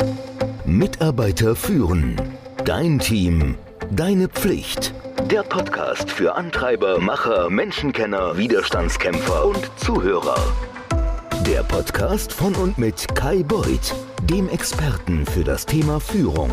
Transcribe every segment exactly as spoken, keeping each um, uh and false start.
Mitarbeiter führen. Dein Team. Deine Pflicht. Der Podcast für Antreiber, Macher, Menschenkenner, Widerstandskämpfer und Zuhörer. Der Podcast von und mit Kai Beuth, dem Experten für das Thema Führung.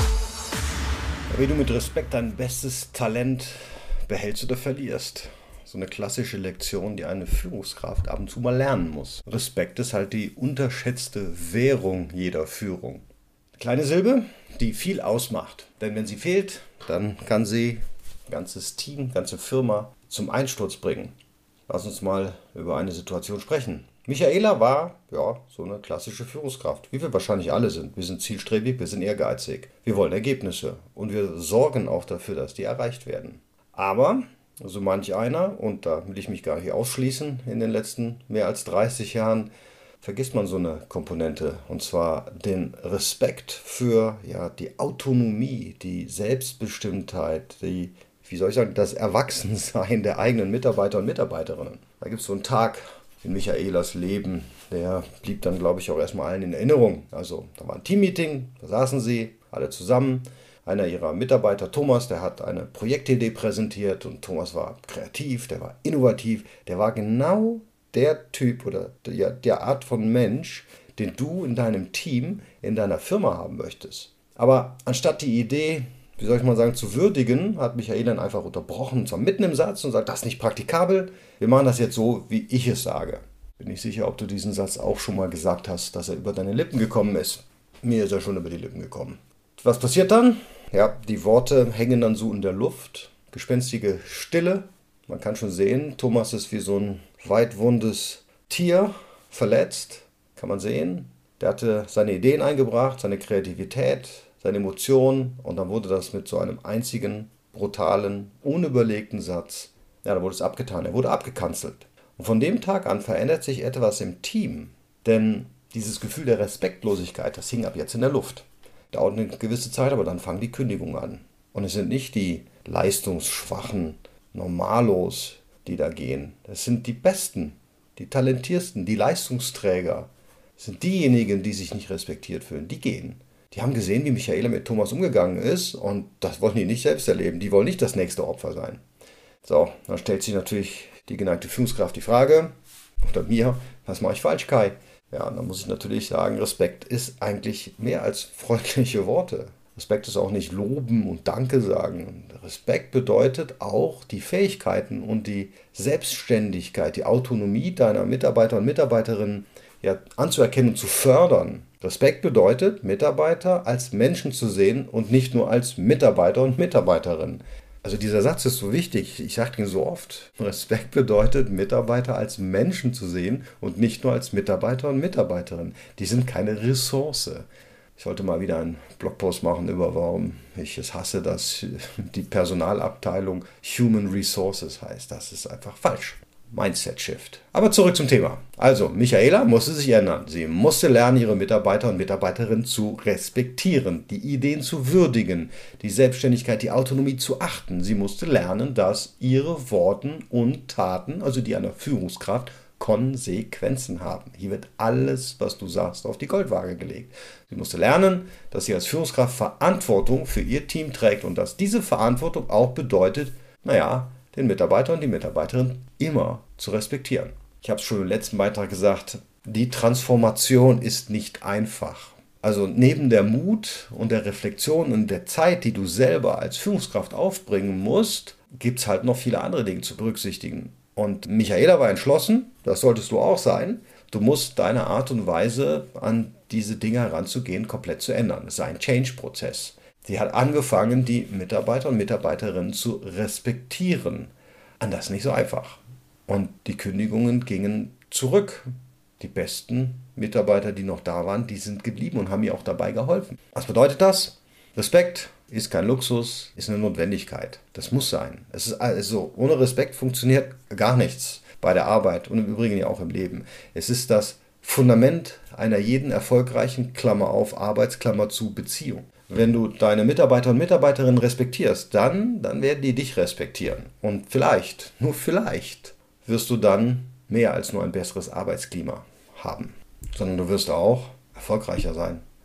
Wie du mit Respekt dein bestes Talent behältst oder verlierst. So eine klassische Lektion, die eine Führungskraft ab und zu mal lernen muss. Respekt ist halt die unterschätzte Währung jeder Führung. Kleine Silbe, die viel ausmacht. Denn wenn sie fehlt, dann kann sie ein ganzes Team, ganze Firma zum Einsturz bringen. Lass uns mal über eine Situation sprechen. Michaela war, ja, so eine klassische Führungskraft, wie wir wahrscheinlich alle sind. Wir sind zielstrebig, wir sind ehrgeizig. Wir wollen Ergebnisse und wir sorgen auch dafür, dass die erreicht werden. Aber so manch einer, und da will ich mich gar nicht ausschließen, in den letzten mehr als dreißig Jahren, vergisst man so eine Komponente, und zwar den Respekt für ja, die Autonomie, die Selbstbestimmtheit, die, wie soll ich sagen, das Erwachsensein der eigenen Mitarbeiter und Mitarbeiterinnen. Da gibt es so einen Tag in Michaelas Leben, der blieb dann, glaube ich, auch erstmal allen in Erinnerung. Also da war ein Teammeeting, da saßen sie alle zusammen. Einer ihrer Mitarbeiter, Thomas, der hat eine Projektidee präsentiert und Thomas war kreativ, der war innovativ, der war genau der Typ oder der, der Art von Mensch, den du in deinem Team, in deiner Firma haben möchtest. Aber anstatt die Idee, wie soll ich mal sagen, zu würdigen, hat Michael dann einfach unterbrochen, zwar mitten im Satz und sagt, das ist nicht praktikabel, wir machen das jetzt so, wie ich es sage. Bin nicht sicher, ob du diesen Satz auch schon mal gesagt hast, dass er über deine Lippen gekommen ist. Mir ist er schon über die Lippen gekommen. Was passiert dann? Ja, die Worte hängen dann so in der Luft. Gespenstige Stille. Man kann schon sehen, Thomas ist wie so ein weitwundes Tier, verletzt. Kann man sehen. Der hatte seine Ideen eingebracht, seine Kreativität, seine Emotionen. Und dann wurde das mit so einem einzigen, brutalen, unüberlegten Satz, ja, da wurde es abgetan. Er wurde abgekanzelt. Und von dem Tag an verändert sich etwas im Team. Denn dieses Gefühl der Respektlosigkeit, das hing ab jetzt in der Luft. Dauert eine gewisse Zeit, aber dann fangen die Kündigungen an. Und es sind nicht die leistungsschwachen Normalos, die da gehen. Das sind die Besten, die Talentiersten, die Leistungsträger. Das sind diejenigen, die sich nicht respektiert fühlen. Die gehen. Die haben gesehen, wie Michaela mit Thomas umgegangen ist und das wollen die nicht selbst erleben. Die wollen nicht das nächste Opfer sein. So, dann stellt sich natürlich die geneigte Führungskraft die Frage, oder mir, was mache ich falsch, Kai? Ja, dann muss ich natürlich sagen, Respekt ist eigentlich mehr als freundliche Worte. Respekt ist auch nicht loben und Danke sagen. Respekt bedeutet auch die Fähigkeiten und die Selbstständigkeit, die Autonomie deiner Mitarbeiter und Mitarbeiterinnen ja, anzuerkennen und zu fördern. Respekt bedeutet, Mitarbeiter als Menschen zu sehen und nicht nur als Mitarbeiter und Mitarbeiterinnen. Also dieser Satz ist so wichtig, ich sage ihn so oft. Respekt bedeutet, Mitarbeiter als Menschen zu sehen und nicht nur als Mitarbeiter und Mitarbeiterinnen. Die sind keine Ressource. Ich sollte mal wieder einen Blogpost machen über, warum ich es hasse, dass die Personalabteilung Human Resources heißt. Das ist einfach falsch. Mindset-Shift. Aber zurück zum Thema. Also, Michaela musste sich ändern. Sie musste lernen, ihre Mitarbeiter und Mitarbeiterinnen zu respektieren, die Ideen zu würdigen, die Selbstständigkeit, die Autonomie zu achten. Sie musste lernen, dass ihre Worten und Taten, also die einer Führungskraft, Konsequenzen haben. Hier wird alles, was du sagst, auf die Goldwaage gelegt. Sie musste lernen, dass sie als Führungskraft Verantwortung für ihr Team trägt und dass diese Verantwortung auch bedeutet, naja, den Mitarbeiter und die Mitarbeiterin immer zu respektieren. Ich habe es schon im letzten Beitrag gesagt, die Transformation ist nicht einfach. Also neben der Mut und der Reflexion und der Zeit, die du selber als Führungskraft aufbringen musst, gibt es halt noch viele andere Dinge zu berücksichtigen. Und Michaela war entschlossen, das solltest du auch sein, du musst deine Art und Weise an diese Dinge heranzugehen komplett zu ändern. Es ist ein Change-Prozess. Sie hat angefangen, die Mitarbeiter und Mitarbeiterinnen zu respektieren. Anders nicht so einfach. Und die Kündigungen gingen zurück. Die besten Mitarbeiter, die noch da waren, die sind geblieben und haben ihr auch dabei geholfen. Was bedeutet das? Respekt ist kein Luxus, ist eine Notwendigkeit. Das muss sein. Es ist also, ohne Respekt funktioniert gar nichts bei der Arbeit und im Übrigen ja auch im Leben. Es ist das Fundament einer jeden erfolgreichen, Klammer auf, Arbeitsklammer zu, Beziehung. Wenn du deine Mitarbeiter und Mitarbeiterinnen respektierst, dann, dann werden die dich respektieren. Und vielleicht, nur vielleicht, wirst du dann mehr als nur ein besseres Arbeitsklima haben. Sondern du wirst auch erfolgreicher sein,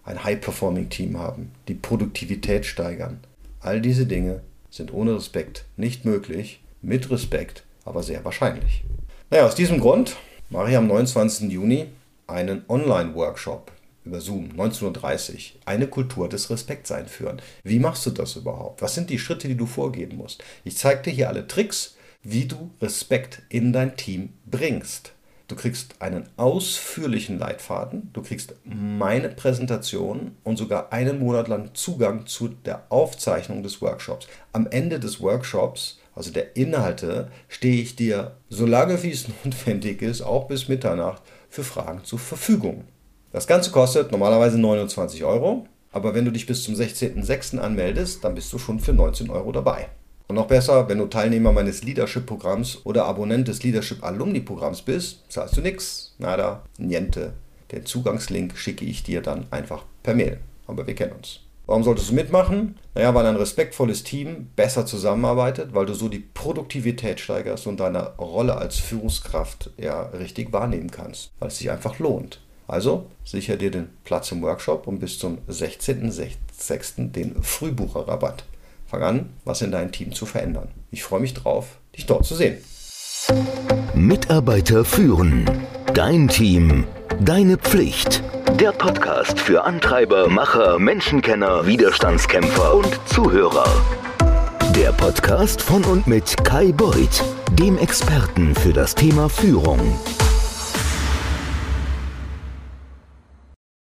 ein High-Performing-Team haben, die Produktivität steigern. All diese Dinge sind ohne Respekt nicht möglich, mit Respekt aber sehr wahrscheinlich. Naja, aus diesem Grund mache ich am neunundzwanzigsten Juni einen Online-Workshop über Zoom, neunzehn Uhr dreißig, eine Kultur des Respekts einführen. Wie machst du das überhaupt? Was sind die Schritte, die du vorgeben musst? Ich zeige dir hier alle Tricks, wie du Respekt in dein Team bringst. Du kriegst einen ausführlichen Leitfaden, du kriegst meine Präsentation und sogar einen Monat lang Zugang zu der Aufzeichnung des Workshops. Am Ende des Workshops, also der Inhalte, stehe ich dir, solange wie es notwendig ist, auch bis Mitternacht, für Fragen zur Verfügung. Das Ganze kostet normalerweise neunundzwanzig Euro, aber wenn du dich bis zum sechzehnten sechsten anmeldest, dann bist du schon für neunzehn Euro dabei. Und noch besser, wenn du Teilnehmer meines Leadership-Programms oder Abonnent des Leadership-Alumni-Programms bist, zahlst du nichts, nada, niente. Den Zugangslink schicke ich dir dann einfach per Mail. Aber wir kennen uns. Warum solltest du mitmachen? Naja, weil ein respektvolles Team besser zusammenarbeitet, weil du so die Produktivität steigerst und deine Rolle als Führungskraft ja richtig wahrnehmen kannst, weil es sich einfach lohnt. Also sicher dir den Platz im Workshop und bis zum sechzehnten sechsten den Frühbucherrabatt. Fang an, was in deinem Team zu verändern. Ich freue mich drauf, dich dort zu sehen. Mitarbeiter führen. Dein Team. Deine Pflicht. Der Podcast für Antreiber, Macher, Menschenkenner, Widerstandskämpfer und Zuhörer. Der Podcast von und mit Kai Beuth, dem Experten für das Thema Führung.